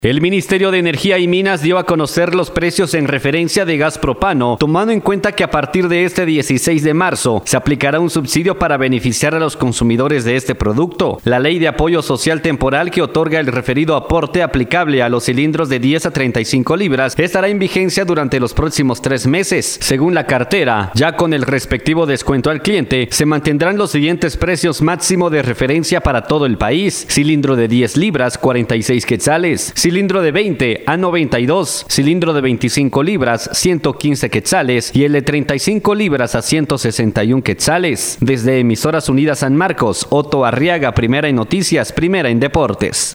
El Ministerio de Energía y Minas dio a conocer los precios en referencia de gas propano, tomando en cuenta que a partir de este 16 de marzo se aplicará un subsidio para beneficiar a los consumidores de este producto. La Ley de Apoyo Social Temporal que otorga el referido aporte aplicable a los cilindros de 10 a 35 libras estará en vigencia durante los próximos 3 meses. Según la cartera, ya con el respectivo descuento al cliente, se mantendrán los siguientes precios máximo de referencia para todo el país. Cilindro de 10 libras, 46 quetzales. Cilindro de 20 a 92, cilindro de 25 libras, 115 quetzales y el de 35 libras a 161 quetzales. Desde Emisoras Unidas San Marcos, Otto Arriaga, primera en noticias, primera en deportes.